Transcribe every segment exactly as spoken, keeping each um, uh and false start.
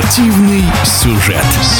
Спортивный сюжет.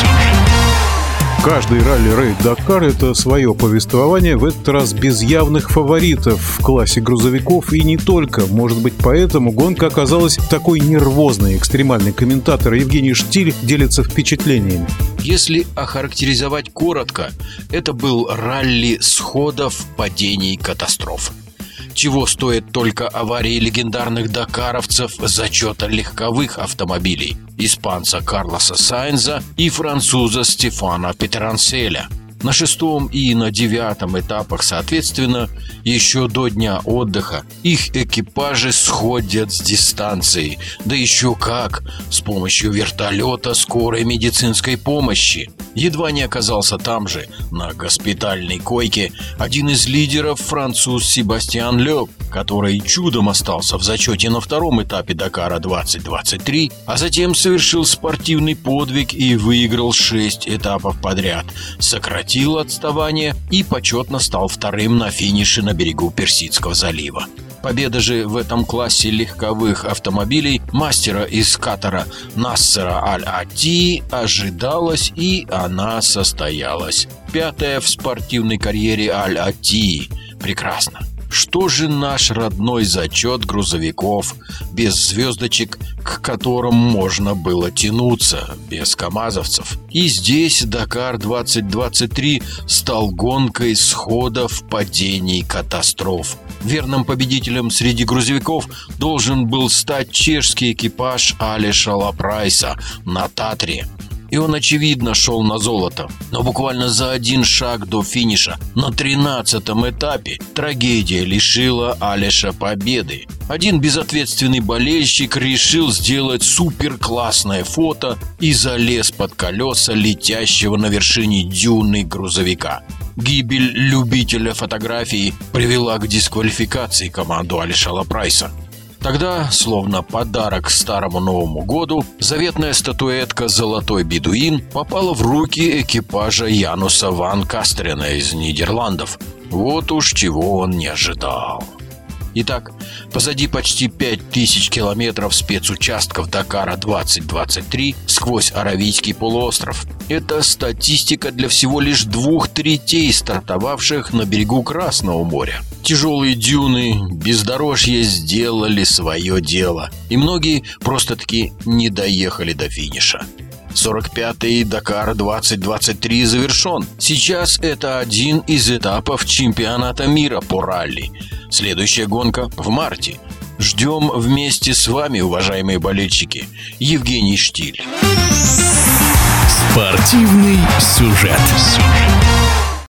Каждый ралли-рейд Дакар — это свое повествование, в этот раз без явных фаворитов в классе грузовиков и не только. Может быть, поэтому гонка оказалась такой нервозной. Экстремальный комментатор Евгений Штиль делится впечатлениями. Если охарактеризовать коротко, это был ралли сходов, падений, катастроф. Чего стоят только аварии легендарных дакаровцев зачета легковых автомобилей испанца Карлоса Сайнза и француза Стефана Петеранселя. На шестом и на девятом этапах, соответственно, еще до дня отдыха их экипажи сходят с дистанции. Да еще как! С помощью вертолета скорой медицинской помощи. Едва не оказался там же, на госпитальной койке, один из лидеров, француз Себастьян Лёб, который чудом остался в зачете на втором этапе Дакара двадцать двадцать три, а затем совершил спортивный подвиг и выиграл шесть этапов подряд, сократил отставание и почетно стал вторым на финише на берегу Персидского залива. Победа же в этом классе легковых автомобилей мастера из Катара Нассера Аль-Аттии ожидалась, и она состоялась. Пятая в спортивной карьере Аль-Аттии. Прекрасно. Что же наш родной зачет грузовиков, без звездочек, к которым можно было тянуться, без камазовцев? И здесь Дакар двадцать двадцать три стал гонкой сходов, падений, катастроф. Верным победителем среди грузовиков должен был стать чешский экипаж Алеша Лапрайса на Татре. И он, очевидно, шел на золото. Но буквально за один шаг до финиша, на тринадцатом этапе, трагедия лишила Алеша победы. Один безответственный болельщик решил сделать суперклассное фото и залез под колеса летящего на вершине дюны грузовика. Гибель любителя фотографии привела к дисквалификации команду Алеша Лапрайса. Тогда, словно подарок к Старому Новому году, заветная статуэтка «Золотой бедуин» попала в руки экипажа Януса ван Кастерена из Нидерландов. Вот уж чего он не ожидал. Итак, позади почти пять тысяч километров спецучастков Дакара двадцать двадцать три сквозь Аравийский полуостров. Это статистика для всего лишь двух третей стартовавших на берегу Красного моря. Тяжелые дюны, бездорожье сделали свое дело, и многие просто-таки не доехали до финиша. сорок пятый Дакар двадцать двадцать три завершен. Сейчас это один из этапов чемпионата мира по ралли. Следующая гонка в марте. Ждем вместе с вами, уважаемые болельщики. Евгений Штиль. Спортивный сюжет.